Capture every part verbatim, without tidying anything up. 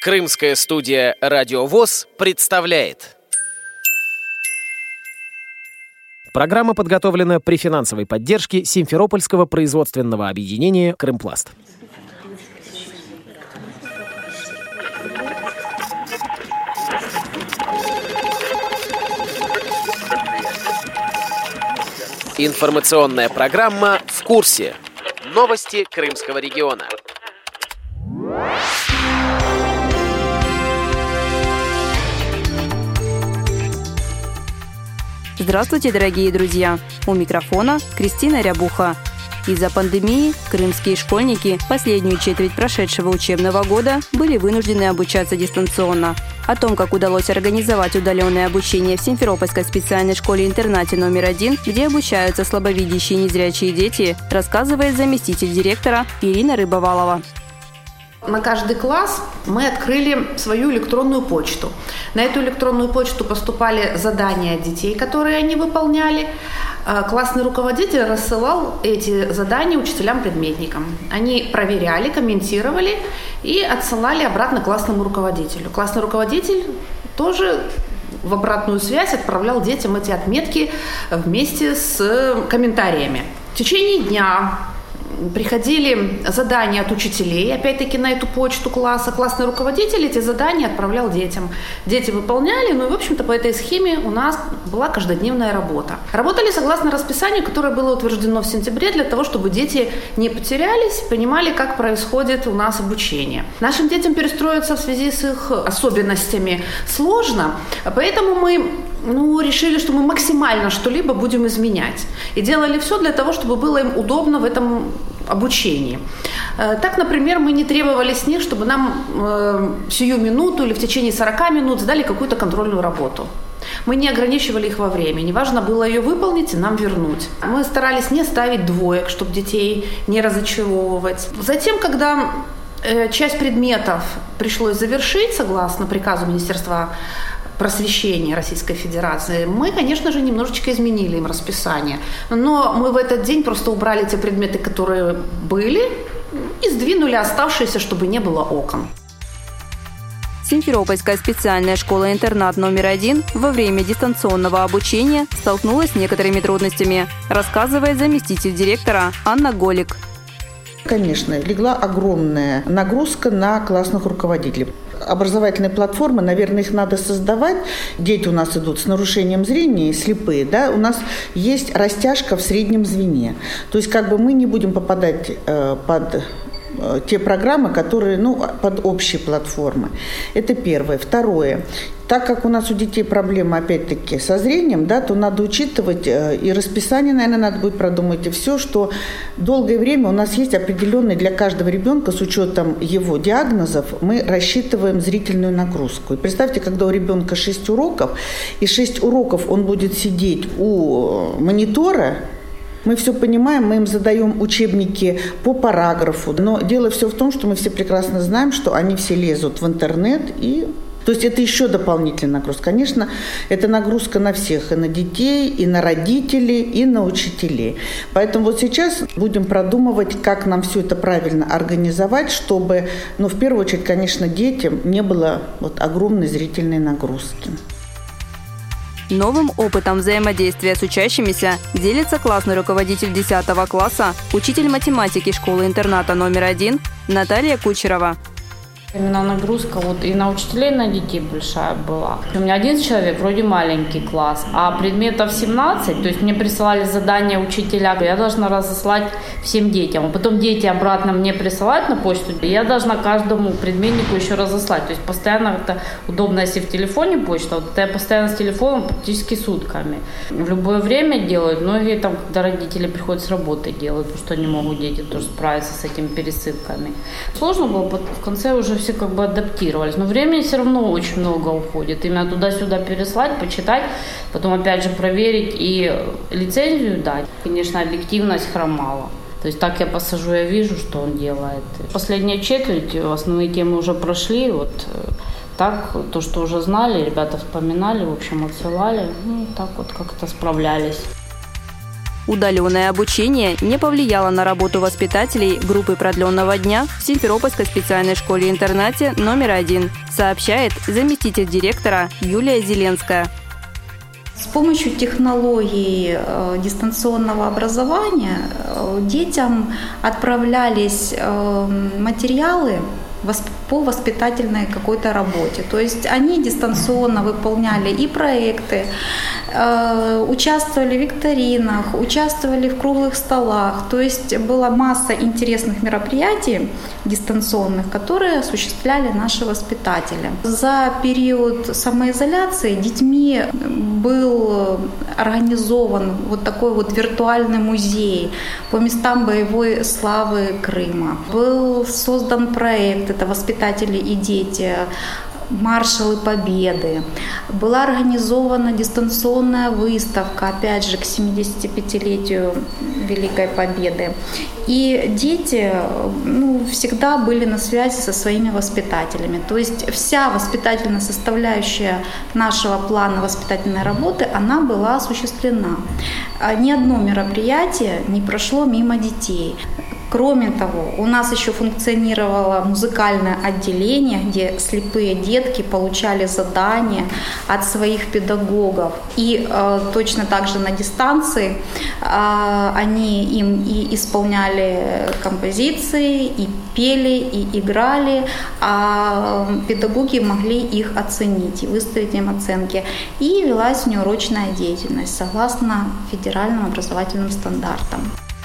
Крымская студия «Радио ВОС» представляет. Программа подготовлена при финансовой поддержке Симферопольского производственного объединения «Крымпласт». Информационная программа «В курсе». Новости Крымского региона. Здравствуйте, дорогие друзья! У микрофона Кристина Рябуха. Из-за пандемии крымские школьники последнюю четверть прошедшего учебного года были вынуждены обучаться дистанционно. О том, как удалось организовать удаленное обучение в Симферопольской специальной школе-интернате номер один, где обучаются слабовидящие и незрячие дети, рассказывает заместитель директора Ирина Рыбовалова. На каждый класс мы открыли свою электронную почту. На эту электронную почту поступали задания детей, которые они выполняли. Классный руководитель рассылал эти задания учителям-предметникам. Они проверяли, комментировали и отсылали обратно классному руководителю. Классный руководитель тоже в обратную связь отправлял детям эти отметки вместе с комментариями. В течение дня приходили задания от учителей, опять-таки на эту почту класса. Классный руководитель эти задания отправлял детям. Дети выполняли, ну и, в общем-то, по этой схеме у нас была каждодневная работа. Работали согласно расписанию, которое было утверждено в сентябре, для того, чтобы дети не потерялись, понимали, как происходит у нас обучение. Нашим детям перестроиться в связи с их особенностями сложно, поэтому мы Ну, решили, что мы максимально что-либо будем изменять. И делали все для того, чтобы было им удобно в этом обучении. Так, например, мы не требовали с них, чтобы нам э, сию минуту или в течение сорока минут сдали какую-то контрольную работу. Мы не ограничивали их во времени. Важно было ее выполнить и нам вернуть. Мы старались не ставить двоек, чтобы детей не разочаровывать. Затем, когда э, часть предметов пришлось завершить, согласно приказу Министерства просвещения Российской Федерации, мы, конечно же, немножечко изменили им расписание. Но мы в этот день просто убрали те предметы, которые были, и сдвинули оставшиеся, чтобы не было окон. Симферопольская специальная школа-интернат номер один во время дистанционного обучения столкнулась с некоторыми трудностями, рассказывает заместитель директора Анна Голик. Конечно, легла огромная нагрузка на классных руководителей. Образовательные платформы, наверное, их надо создавать. Дети у нас идут с нарушением зрения, слепые, да, у нас есть растяжка в среднем звене. То есть как бы мы не будем попадать э, под э, те программы, которые, ну, под общие платформы. Это первое. Второе. Так как у нас у детей проблемы, опять-таки, со зрением, да, то надо учитывать э, и расписание, наверное, надо будет продумать, и все, что долгое время у нас есть определенный для каждого ребенка, с учетом его диагнозов, мы рассчитываем зрительную нагрузку. И представьте, когда у ребенка шесть уроков, и шесть уроков он будет сидеть у монитора, мы все понимаем, мы им задаем учебники по параграфу, но дело все в том, что мы все прекрасно знаем, что они все лезут в интернет и... То есть это еще дополнительная нагрузка. Конечно, это нагрузка на всех, и на детей, и на родителей, и на учителей. Поэтому вот сейчас будем продумывать, как нам все это правильно организовать, чтобы, ну, в первую очередь, конечно, детям не было вот огромной зрительной нагрузки. Новым опытом взаимодействия с учащимися делится классный руководитель десятого класса, учитель математики школы-интерната номер один Наталья Кучерова. Именно нагрузка вот и на учителей, и на детей большая была. У меня один человек, вроде маленький класс, а предметов семнадцать, то есть мне присылали задания учителя, я должна разослать всем детям. А потом дети обратно мне присылают на почту, и я должна каждому предметнику еще разослать. То есть постоянно это удобно, если в телефоне почта, вот это я постоянно с телефоном практически сутками. В любое время делают, многие там, когда родители приходят с работы, делают, потому что не могут дети тоже справиться с этими пересылками. Сложно было, в конце уже все как бы адаптировались. Но времени все равно очень много уходит. Именно туда-сюда переслать, почитать, потом опять же проверить и лицензию дать. Конечно, объективность хромала. То есть так я посажу, я вижу, что он делает. Последняя четверть, основные темы уже прошли. Вот так, то, что уже знали, ребята вспоминали, в общем, отсылали. Ну, так вот как-то справлялись. Удаленное обучение не повлияло на работу воспитателей группы продленного дня в Симферопольской специальной школе-интернате номер один, сообщает заместитель директора Юлия Зеленская. С помощью технологий э, дистанционного образования э, детям отправлялись э, материалы по воспитательной какой-то работе. То есть они дистанционно выполняли и проекты, э, участвовали в викторинах, участвовали в круглых столах. То есть была масса интересных мероприятий дистанционных, которые осуществляли наши воспитатели. За период самоизоляции детьми был организован вот такой вот виртуальный музей по местам боевой славы Крыма. Был создан проект, это воспитатели и дети, маршалы Победы. Была организована дистанционная выставка, опять же, к семидесятипятилетию Великой Победы. И дети ну, всегда были на связи со своими воспитателями. То есть вся воспитательная составляющая нашего плана воспитательной работы, она была осуществлена. Ни одно мероприятие не прошло мимо детей. Кроме того, у нас еще функционировало музыкальное отделение, где слепые детки получали задания от своих педагогов. И э, точно так же на дистанции э, они им и исполняли композиции, и пели, и играли, а педагоги могли их оценить и выставить им оценки. И велась внеурочная деятельность согласно федеральным образовательным стандартам.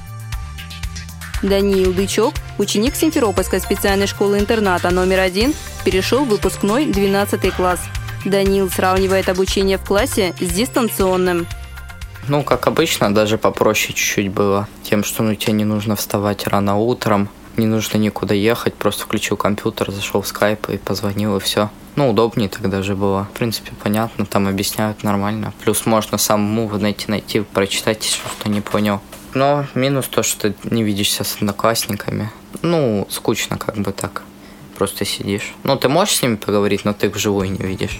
Даниил Дычок, ученик Симферопольской специальной школы-интерната номер один, перешел в выпускной двенадцатый класс. Даниил сравнивает обучение в классе с дистанционным. Ну, как обычно, даже попроще чуть-чуть было. Тем, что ну, тебе не нужно вставать рано утром, не нужно никуда ехать, просто включил компьютер, зашел в скайп и позвонил, и все. Ну, удобнее тогда же было. В принципе, понятно, там объясняют нормально. Плюс можно самому найти, найти, прочитать, что не понял. Но минус то, что ты не видишься с одноклассниками. Ну, скучно как бы так. Просто сидишь. Ну, ты можешь с ними поговорить, но ты их вживую не видишь.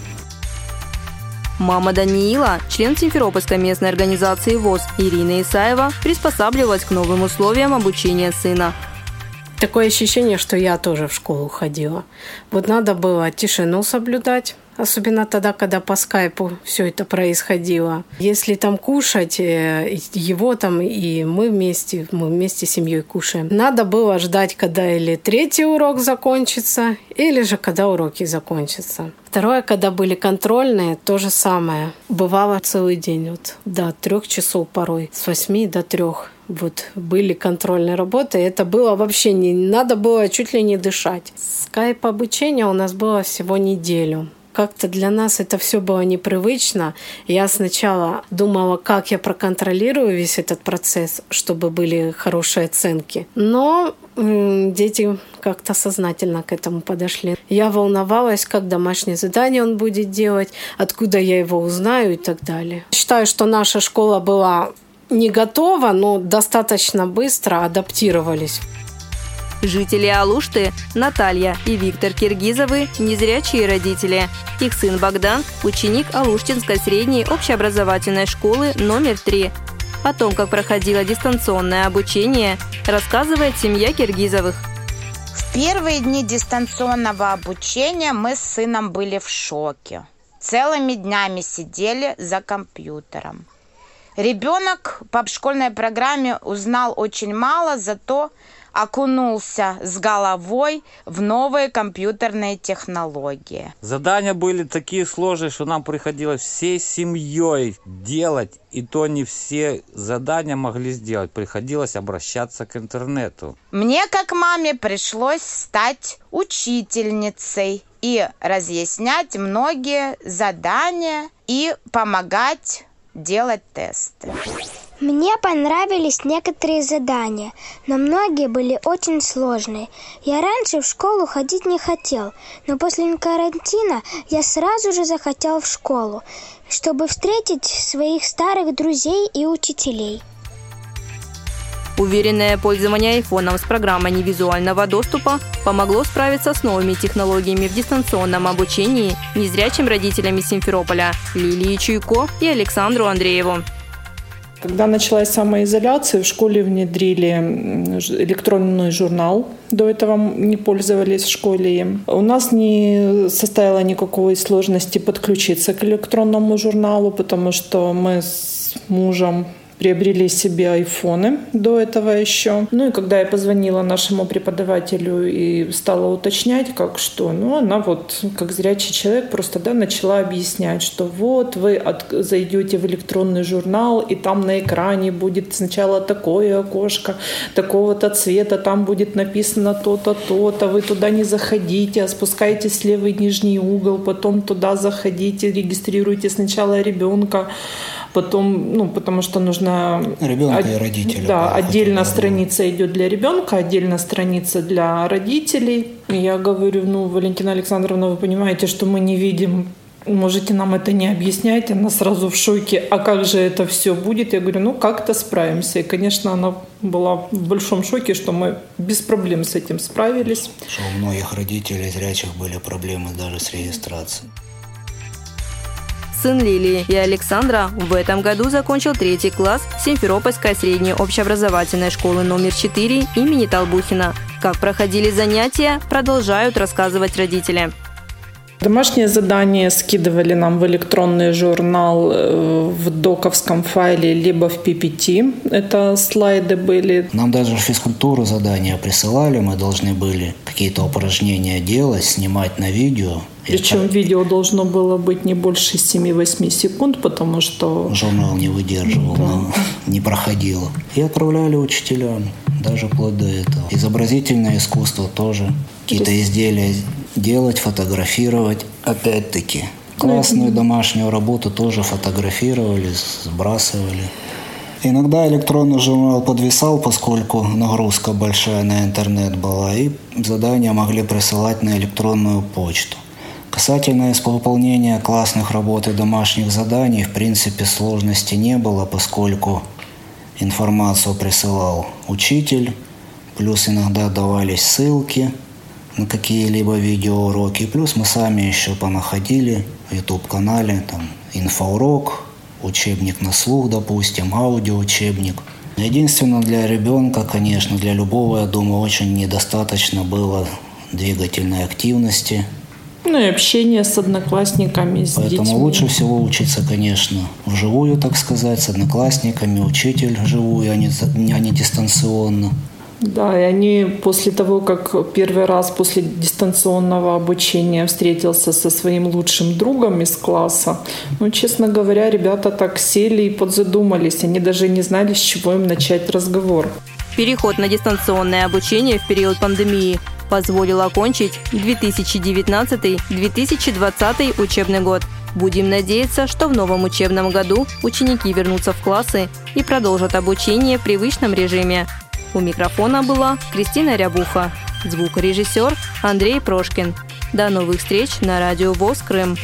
Мама Даниила, член Симферопольской местной организации ВОС Ирина Исаева, приспосабливалась к новым условиям обучения сына. Такое ощущение, что я тоже в школу ходила. Вот надо было тишину соблюдать. Особенно тогда, когда по скайпу все это происходило. Если там кушать, его там и мы вместе, мы вместе с семьей кушаем. Надо было ждать, когда или третий урок закончится, или же когда уроки закончатся. Второе, когда были контрольные, то же самое. Бывало целый день, вот до трех часов порой, с восьми до трех. Вот были контрольные работы, это было вообще не надо было чуть ли не дышать. Скайп обучение у нас было всего неделю. Как-то для нас это все было непривычно. Я сначала думала, как я проконтролирую весь этот процесс, чтобы были хорошие оценки. Но м- дети как-то сознательно к этому подошли. Я волновалась, как домашнее задание он будет делать, откуда я его узнаю и так далее. Считаю, что наша школа была не готова, но достаточно быстро адаптировались. Жители Алушты Наталья и Виктор Киргизовы – незрячие родители. Их сын Богдан – ученик Алуштинской средней общеобразовательной школы номер три. О том, как проходило дистанционное обучение, рассказывает семья Киргизовых. В первые дни дистанционного обучения мы с сыном были в шоке. Целыми днями сидели за компьютером. Ребенок по школьной программе узнал очень мало, зато окунулся с головой в новые компьютерные технологии. Задания были такие сложные, что нам приходилось всей семьей делать, и то не все задания могли сделать. Приходилось обращаться к интернету. Мне, как маме, пришлось стать учительницей и разъяснять многие задания и помогать делать тесты. Мне понравились некоторые задания, но многие были очень сложные. Я раньше в школу ходить не хотел, но после карантина я сразу же захотел в школу, чтобы встретить своих старых друзей и учителей. Уверенное пользование айфоном с программой невизуального доступа помогло справиться с новыми технологиями в дистанционном обучении незрячим родителям из Симферополя Лилии Чуйко и Александру Андрееву. Когда началась самоизоляция, в школе внедрили электронный журнал. До этого не пользовались в школе им. У нас не составило никакой сложности подключиться к электронному журналу, потому что мы с мужем приобрели себе айфоны до этого еще. Ну и когда я позвонила нашему преподавателю и стала уточнять, как что, ну она вот, как зрячий человек, просто да, начала объяснять, что вот вы от, зайдете в электронный журнал, и там на экране будет сначала такое окошко, такого-то цвета, там будет написано то-то, то-то, вы туда не заходите, а спускаетесь в левый нижний угол, потом туда заходите, регистрируйте сначала ребенка, потом, ну, потому что нужно... Ребенка от... и родителя. Да, отдельно страница идет для ребенка, отдельно страница для родителей. И я говорю, ну, Валентина Александровна, вы понимаете, что мы не видим, можете нам это не объяснять. Она сразу в шоке, а как же это все будет? Я говорю, ну, как-то справимся. И, конечно, она была в большом шоке, что мы без проблем с этим справились. Что у многих родителей зрячих были проблемы даже с регистрацией. Сын Лилии и Александра в этом году закончил третий класс Симферопольской средней общеобразовательной школы номер четыре имени Толбухина. Как проходили занятия, продолжают рассказывать родители. Домашнее задание скидывали нам в электронный журнал в доковском файле, либо в пи пи ти. Это слайды были. Нам даже физкультуру задания присылали. Мы должны были какие-то упражнения делать, снимать на видео. Причем это... видео должно было быть не больше семь-восемь секунд, потому что... Журнал не выдерживал, да. Но не проходило. И отправляли учителям, даже вплоть до этого. Изобразительное искусство тоже. Какие-то изделия делать, фотографировать. Опять-таки, классную домашнюю работу тоже фотографировали, сбрасывали. Иногда электронный журнал подвисал, поскольку нагрузка большая на интернет была, и задания могли присылать на электронную почту. Касательно выполнения классных работ и домашних заданий, в принципе, сложности не было, поскольку информацию присылал учитель, плюс иногда давались ссылки на какие-либо видеоуроки, плюс мы сами еще понаходили в ютуб-канале, там, инфоурок, учебник на слух, допустим, аудиоучебник. Единственное, для ребенка, конечно, для любого, я думаю, очень недостаточно было двигательной активности. Ну и общение с одноклассниками, с Поэтому детьми. лучше всего учиться, конечно, вживую, так сказать, с одноклассниками, учитель вживую, а не, а не дистанционно. Да, и они после того, как первый раз после дистанционного обучения встретился со своим лучшим другом из класса, ну, честно говоря, ребята так сели и подзадумались. Они даже не знали, с чего им начать разговор. Переход на дистанционное обучение в период пандемии позволил окончить две тысячи девятнадцатый — две тысячи двадцатый учебный год. Будем надеяться, что в новом учебном году ученики вернутся в классы и продолжат обучение в привычном режиме. У микрофона была Кристина Рябуха, звукорежиссер Андрей Прошкин. До новых встреч на радио ВОС Крым.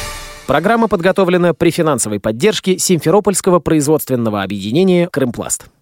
Программа подготовлена при финансовой поддержке Симферопольского производственного объединения «Крымпласт».